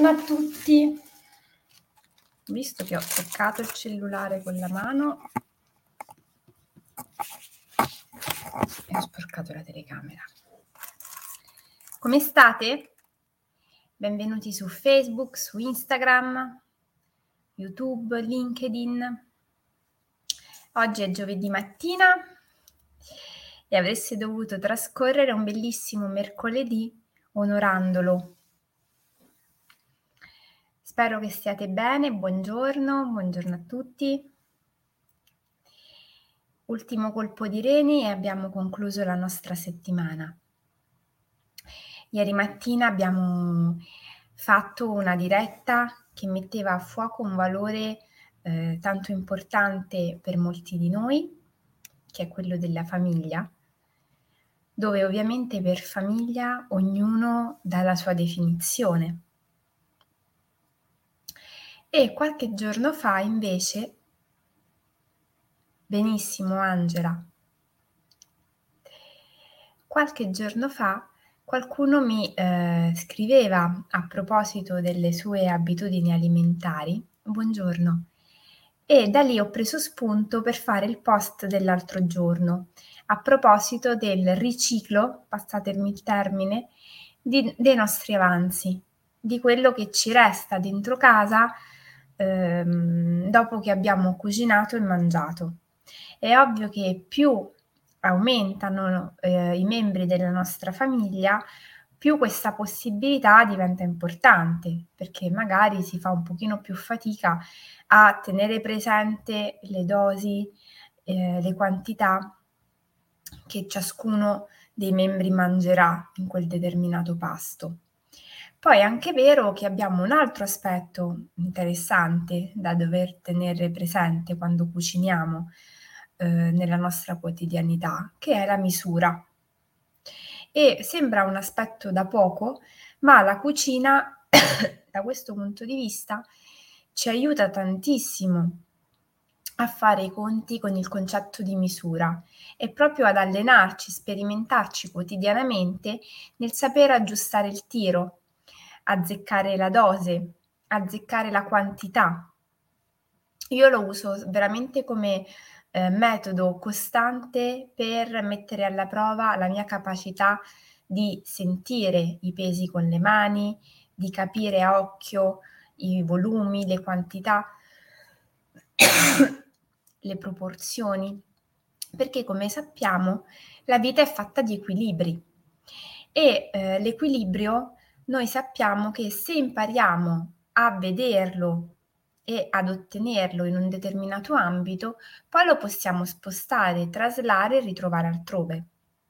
Buongiorno a tutti. Visto che ho toccato il cellulare con la mano e ho sporcato la telecamera. Come state? Benvenuti su Facebook, su Instagram, YouTube, LinkedIn. Oggi è giovedì mattina e avreste dovuto trascorrere un bellissimo mercoledì onorandolo. Spero che stiate bene, buongiorno a tutti. Ultimo colpo di reni e abbiamo concluso la nostra settimana. Ieri mattina abbiamo fatto una diretta che metteva a fuoco un valore tanto importante per molti di noi, che è quello della famiglia, dove ovviamente per famiglia ognuno dà la sua definizione. E qualche giorno fa invece, benissimo Angela, qualche giorno fa qualcuno mi scriveva a proposito delle sue abitudini alimentari, buongiorno, e da lì ho preso spunto per fare il post dell'altro giorno, a proposito del riciclo, passatemi il termine, dei nostri avanzi, di quello che ci resta dentro casa dopo che abbiamo cucinato e mangiato. È ovvio che più aumentano i membri della nostra famiglia, più questa possibilità diventa importante, perché magari si fa un pochino più fatica a tenere presente le dosi, le quantità che ciascuno dei membri mangerà in quel determinato pasto. Poi è anche vero che abbiamo un altro aspetto interessante da dover tenere presente quando cuciniamo nella nostra quotidianità, che è la misura. E sembra un aspetto da poco, ma la cucina da questo punto di vista ci aiuta tantissimo a fare i conti con il concetto di misura e proprio ad allenarci, sperimentarci quotidianamente nel saper aggiustare il tiro, azzeccare la dose, azzeccare la quantità. Io lo uso veramente come metodo costante per mettere alla prova la mia capacità di sentire i pesi con le mani, di capire a occhio i volumi, le quantità, le proporzioni, perché come sappiamo la vita è fatta di equilibri e l'equilibrio noi sappiamo che se impariamo a vederlo e ad ottenerlo in un determinato ambito, poi lo possiamo spostare, traslare e ritrovare altrove.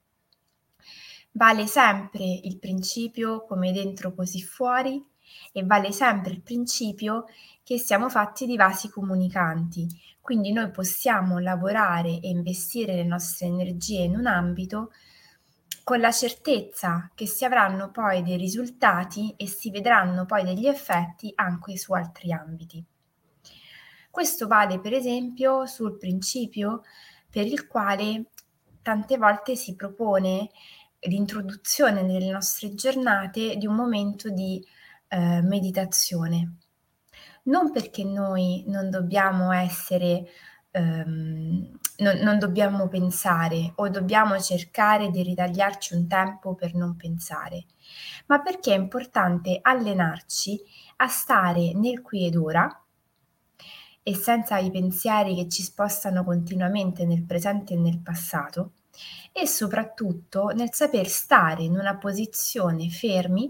Vale sempre il principio come dentro così fuori e vale sempre il principio che siamo fatti di vasi comunicanti, quindi noi possiamo lavorare e investire le nostre energie in un ambito con la certezza che si avranno poi dei risultati e si vedranno poi degli effetti anche su altri ambiti. Questo vale per esempio sul principio per il quale tante volte si propone l'introduzione nelle nostre giornate di un momento di meditazione. Non perché noi non dobbiamo essere, non dobbiamo pensare o dobbiamo cercare di ritagliarci un tempo per non pensare, ma perché è importante allenarci a stare nel qui ed ora e senza i pensieri che ci spostano continuamente nel presente e nel passato, e soprattutto nel saper stare in una posizione fermi,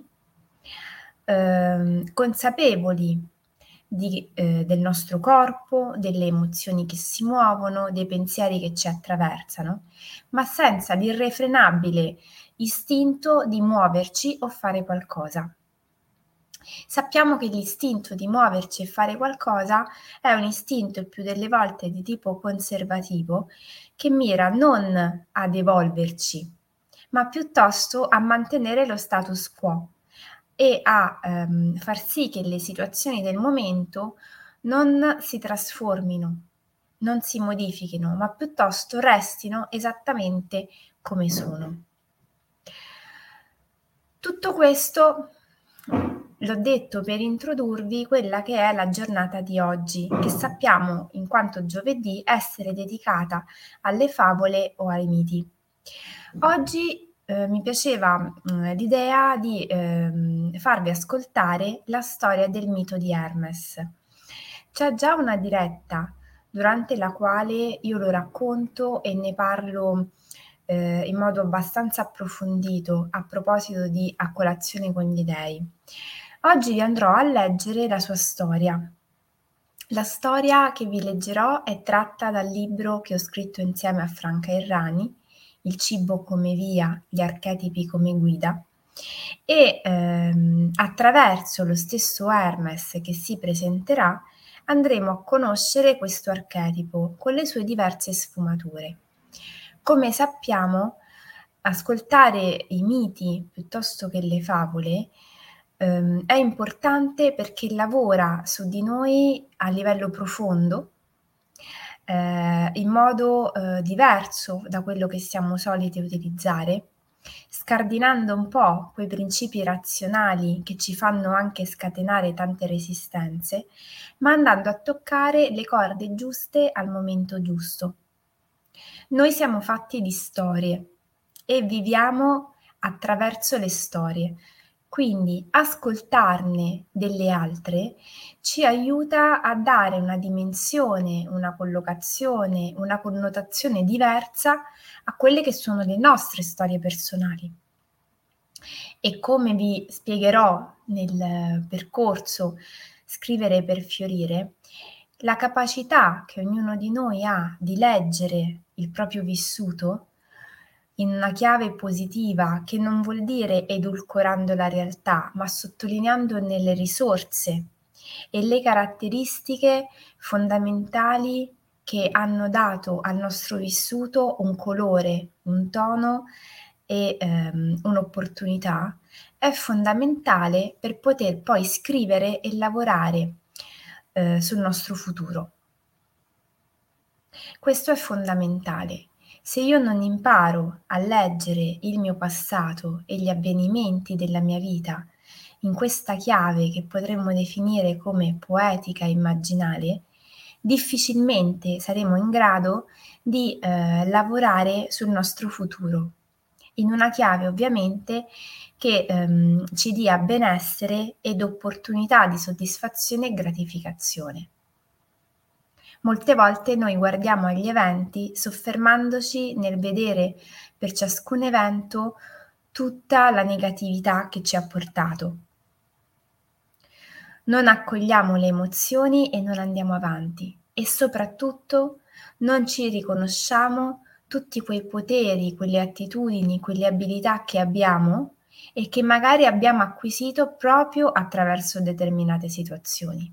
consapevoli del nostro corpo, delle emozioni che si muovono, dei pensieri che ci attraversano, ma senza l'irrefrenabile istinto di muoverci o fare qualcosa. Sappiamo che l'istinto di muoverci e fare qualcosa è un istinto il più delle volte di tipo conservativo che mira non ad evolverci, ma piuttosto a mantenere lo status quo e a far sì che le situazioni del momento non si trasformino, non si modifichino, ma piuttosto restino esattamente come sono. Tutto questo l'ho detto per introdurvi quella che è la giornata di oggi, che sappiamo, in quanto giovedì, essere dedicata alle favole o ai miti. Oggi mi piaceva l'idea di farvi ascoltare la storia del mito di Hermes. C'è già una diretta durante la quale io lo racconto e ne parlo in modo abbastanza approfondito a proposito di A colazione con gli dei. Oggi vi andrò a leggere la sua storia. La storia che vi leggerò è tratta dal libro che ho scritto insieme a Franca Errani, Il cibo come via, gli archetipi come guida, e attraverso lo stesso Hermes che si presenterà andremo a conoscere questo archetipo con le sue diverse sfumature. Come sappiamo, ascoltare i miti piuttosto che le favole è importante perché lavora su di noi a livello profondo, in modo diverso da quello che siamo soliti utilizzare, scardinando un po' quei principi razionali che ci fanno anche scatenare tante resistenze, ma andando a toccare le corde giuste al momento giusto. Noi siamo fatti di storie e viviamo attraverso le storie, quindi ascoltarne delle altre ci aiuta a dare una dimensione, una collocazione, una connotazione diversa a quelle che sono le nostre storie personali. E come vi spiegherò nel percorso Scrivere per fiorire, la capacità che ognuno di noi ha di leggere il proprio vissuto in una chiave positiva, che non vuol dire edulcorando la realtà, ma sottolineandone le risorse e le caratteristiche fondamentali che hanno dato al nostro vissuto un colore, un tono e un'opportunità, è fondamentale per poter poi scrivere e lavorare sul nostro futuro. Questo è fondamentale. Se io non imparo a leggere il mio passato e gli avvenimenti della mia vita in questa chiave che potremmo definire come poetica immaginale, difficilmente saremo in grado di lavorare sul nostro futuro, in una chiave ovviamente che ci dia benessere ed opportunità di soddisfazione e gratificazione. Molte volte noi guardiamo agli eventi soffermandoci nel vedere per ciascun evento tutta la negatività che ci ha portato. Non accogliamo le emozioni e non andiamo avanti e soprattutto non ci riconosciamo tutti quei poteri, quelle attitudini, quelle abilità che abbiamo e che magari abbiamo acquisito proprio attraverso determinate situazioni.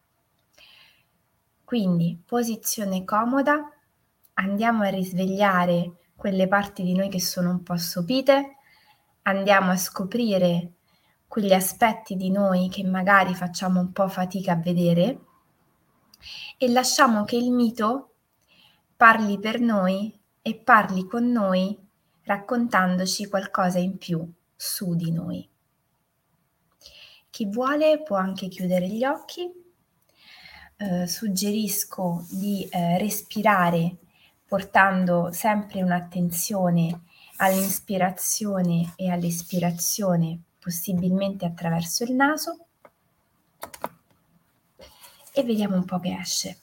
Quindi posizione comoda, andiamo a risvegliare quelle parti di noi che sono un po' assopite, andiamo a scoprire quegli aspetti di noi che magari facciamo un po' fatica a vedere e lasciamo che il mito parli per noi e parli con noi raccontandoci qualcosa in più su di noi. Chi vuole può anche chiudere gli occhi. Suggerisco di respirare portando sempre un'attenzione all'inspirazione e all'espirazione, possibilmente attraverso il naso, e vediamo un po' che esce.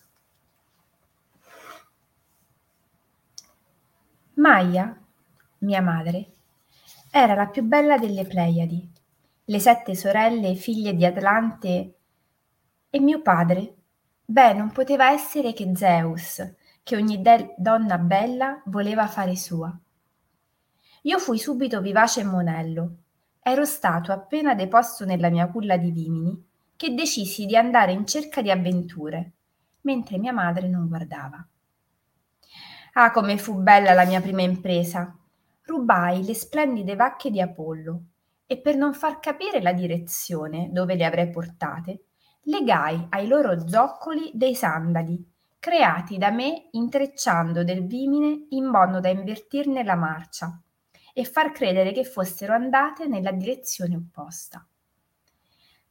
Maia, mia madre, era la più bella delle Pleiadi, le 7 sorelle figlie di Atlante e mio padre. Beh, non poteva essere che Zeus, che ogni donna bella voleva fare sua. Io fui subito vivace e monello. Ero stato appena deposto nella mia culla di vimini che decisi di andare in cerca di avventure, mentre mia madre non guardava. Ah, come fu bella la mia prima impresa! Rubai le splendide vacche di Apollo e per non far capire la direzione dove le avrei portate, legai ai loro zoccoli dei sandali, creati da me intrecciando del vimine in modo da invertirne la marcia e far credere che fossero andate nella direzione opposta.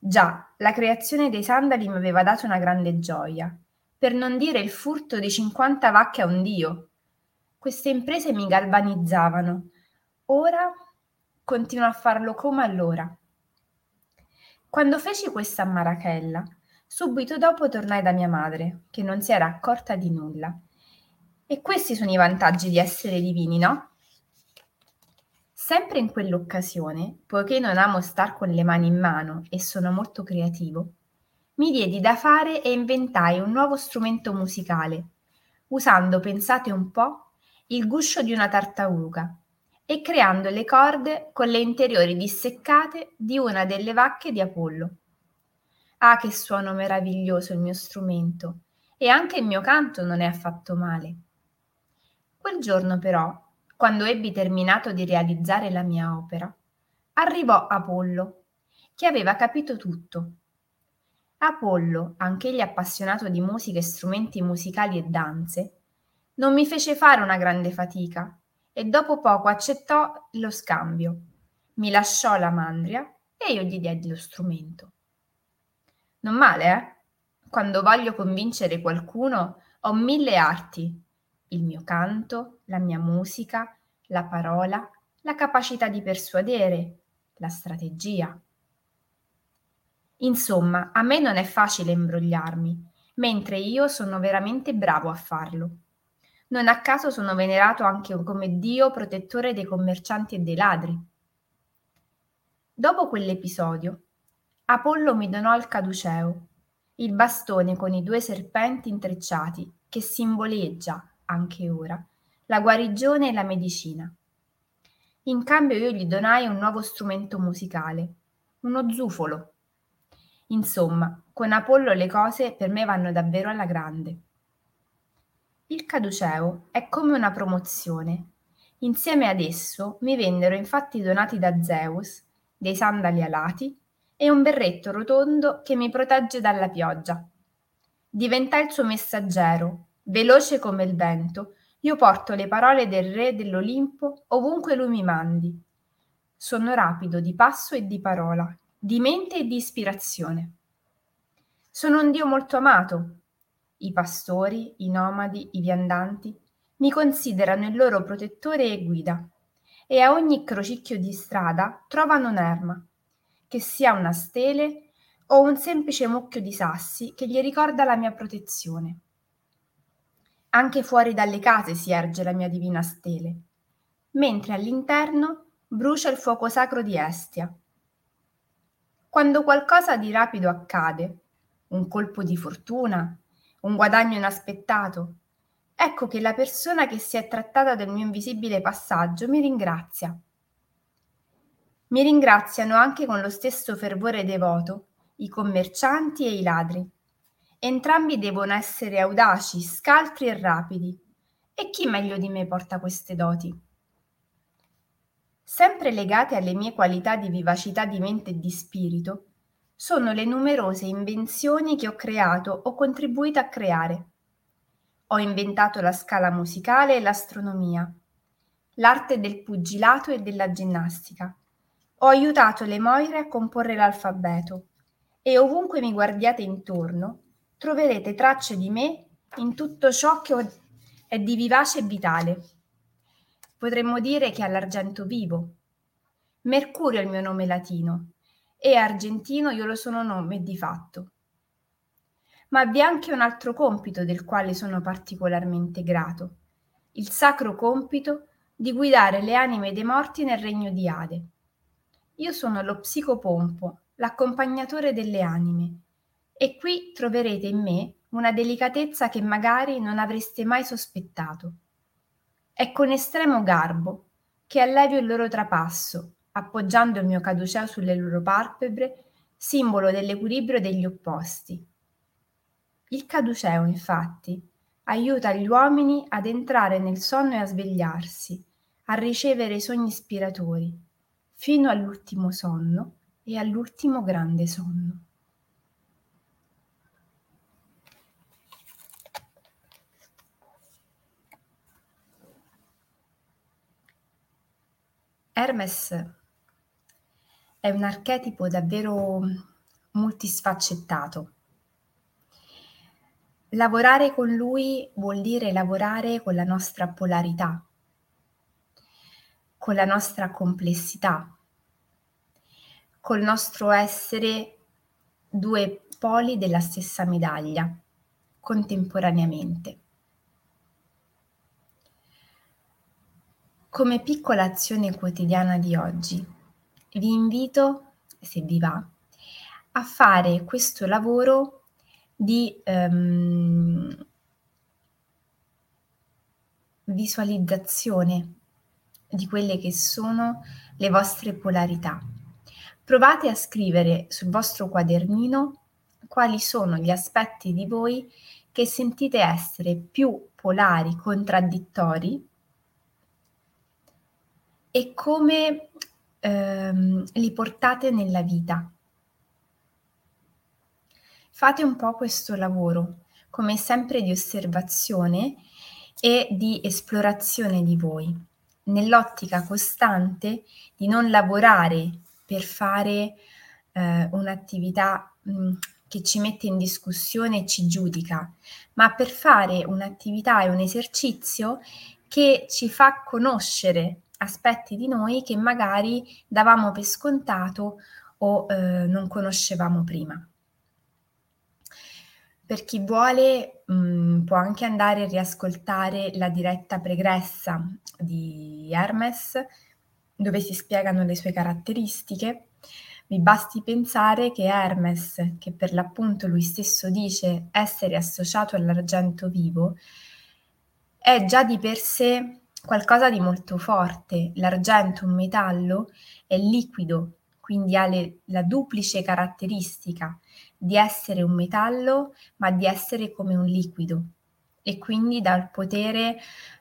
Già, la creazione dei sandali mi aveva dato una grande gioia, per non dire il furto di 50 vacche a un dio. Queste imprese mi galvanizzavano. Ora continuo a farlo come allora. Quando feci questa a Marachella, subito dopo tornai da mia madre, che non si era accorta di nulla. E questi sono i vantaggi di essere divini, no? Sempre in quell'occasione, poiché non amo star con le mani in mano e sono molto creativo, mi diedi da fare e inventai un nuovo strumento musicale, usando, pensate un po', il guscio di una tartaruga e creando le corde con le interiori disseccate di una delle vacche di Apollo. Ah, che suono meraviglioso il mio strumento! E anche il mio canto non è affatto male. Quel giorno però, quando ebbi terminato di realizzare la mia opera, arrivò Apollo, che aveva capito tutto. Apollo, anch'egli appassionato di musica e strumenti musicali e danze, non mi fece fare una grande fatica e dopo poco accettò lo scambio. Mi lasciò la mandria e io gli diedi lo strumento. Non male, eh? Quando voglio convincere qualcuno ho 1000 arti: il mio canto, la mia musica, la parola, la capacità di persuadere, la strategia. Insomma, a me non è facile imbrogliarmi, mentre io sono veramente bravo a farlo. Non a caso sono venerato anche come dio protettore dei commercianti e dei ladri. Dopo quell'episodio, Apollo mi donò il caduceo, il bastone con i 2 serpenti intrecciati che simboleggia, anche ora, la guarigione e la medicina. In cambio io gli donai un nuovo strumento musicale, uno zufolo. Insomma, con Apollo le cose per me vanno davvero alla grande. Il caduceo è come una promozione. Insieme ad esso mi vennero infatti donati da Zeus dei sandali alati e un berretto rotondo che mi protegge dalla pioggia. Diventai il suo messaggero, veloce come il vento, io porto le parole del re dell'Olimpo ovunque lui mi mandi. Sono rapido di passo e di parola, di mente e di ispirazione. Sono un dio molto amato. I pastori, i nomadi, i viandanti mi considerano il loro protettore e guida, e a ogni crocicchio di strada trovano un'erma, che sia una stele o un semplice mucchio di sassi che gli ricorda la mia protezione. Anche fuori dalle case si erge la mia divina stele, mentre all'interno brucia il fuoco sacro di Estia. Quando qualcosa di rapido accade, un colpo di fortuna, un guadagno inaspettato, ecco che la persona che si è trattata del mio invisibile passaggio mi ringrazia. Mi ringraziano anche con lo stesso fervore devoto i commercianti e i ladri. Entrambi devono essere audaci, scaltri e rapidi. E chi meglio di me porta queste doti? Sempre legate alle mie qualità di vivacità di mente e di spirito, sono le numerose invenzioni che ho creato o contribuito a creare. Ho inventato la scala musicale e l'astronomia, l'arte del pugilato e della ginnastica. Ho aiutato le Moire a comporre l'alfabeto e ovunque mi guardiate intorno troverete tracce di me in tutto ciò che è di vivace e vitale. Potremmo dire che all'argento vivo. Mercurio è il mio nome latino e argentino io lo sono nome di fatto. Ma vi è anche un altro compito del quale sono particolarmente grato, il sacro compito di guidare le anime dei morti nel regno di Ade. Io sono lo psicopompo, l'accompagnatore delle anime, e qui troverete in me una delicatezza che magari non avreste mai sospettato. È con estremo garbo che allevio il loro trapasso, appoggiando il mio caduceo sulle loro palpebre, simbolo dell'equilibrio degli opposti. Il caduceo, infatti, aiuta gli uomini ad entrare nel sonno e a svegliarsi, a ricevere i sogni ispiratori, fino all'ultimo sonno e all'ultimo grande sonno. Hermes è un archetipo davvero multisfaccettato. Lavorare con lui vuol dire lavorare con la nostra polarità, con la nostra complessità, col nostro essere 2 poli della stessa medaglia, contemporaneamente. Come piccola azione quotidiana di oggi, vi invito, se vi va, a fare questo lavoro di visualizzazione di quelle che sono le vostre polarità. Provate a scrivere sul vostro quadernino quali sono gli aspetti di voi che sentite essere più polari, contraddittori, e come li portate nella vita. Fate un po' questo lavoro, come sempre di osservazione e di esplorazione di voi, nell'ottica costante di non lavorare per fare un'attività che ci mette in discussione e ci giudica, ma per fare un'attività e un esercizio che ci fa conoscere aspetti di noi che magari davamo per scontato o non conoscevamo prima. Per chi vuole, può anche andare a riascoltare la diretta pregressa di Hermes, dove si spiegano le sue caratteristiche. Vi basti pensare che Hermes, che per l'appunto lui stesso dice essere associato all'argento vivo, è già di per sé qualcosa di molto forte. L'argento, un metallo, è liquido, quindi ha la duplice caratteristica di essere un metallo, ma di essere come un liquido, e quindi dal potere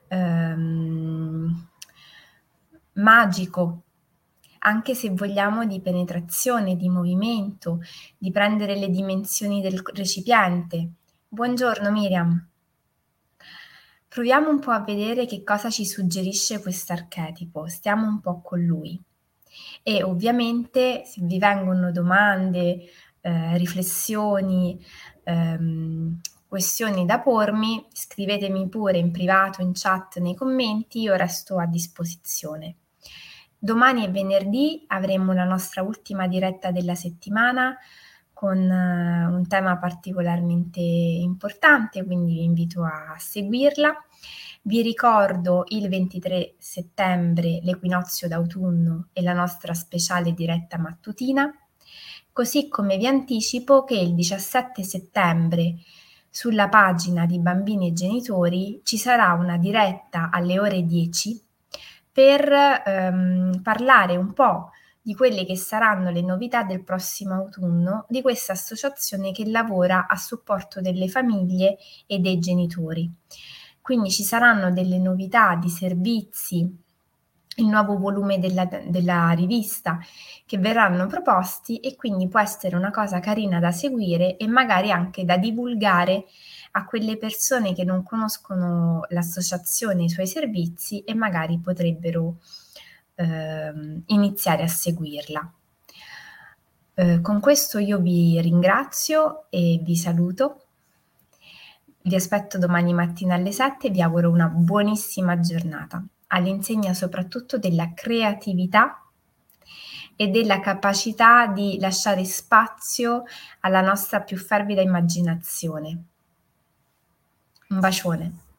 magico, anche se vogliamo, di penetrazione, di movimento, di prendere le dimensioni del recipiente. Buongiorno Miriam. Proviamo un po' a vedere che cosa ci suggerisce quest'archetipo, stiamo un po' con lui. E ovviamente se vi vengono domande, riflessioni, questioni da pormi, scrivetemi pure in privato, in chat, nei commenti, io resto a disposizione. Domani e venerdì avremo la nostra ultima diretta della settimana con un tema particolarmente importante, quindi vi invito a seguirla. Vi ricordo il 23 settembre l'equinozio d'autunno e la nostra speciale diretta mattutina, così come vi anticipo che il 17 settembre sulla pagina di Bambini e Genitori ci sarà una diretta alle ore 10 per parlare un po' di quelle che saranno le novità del prossimo autunno di questa associazione che lavora a supporto delle famiglie e dei genitori. Quindi ci saranno delle novità di servizi, il nuovo volume della rivista che verranno proposti, e quindi può essere una cosa carina da seguire e magari anche da divulgare a quelle persone che non conoscono l'associazione e i suoi servizi e magari potrebbero iniziare a seguirla. Con questo io vi ringrazio e vi saluto. Vi aspetto domani mattina alle 7 e vi auguro una buonissima giornata, all'insegna soprattutto della creatività e della capacità di lasciare spazio alla nostra più fervida immaginazione. Un bacione.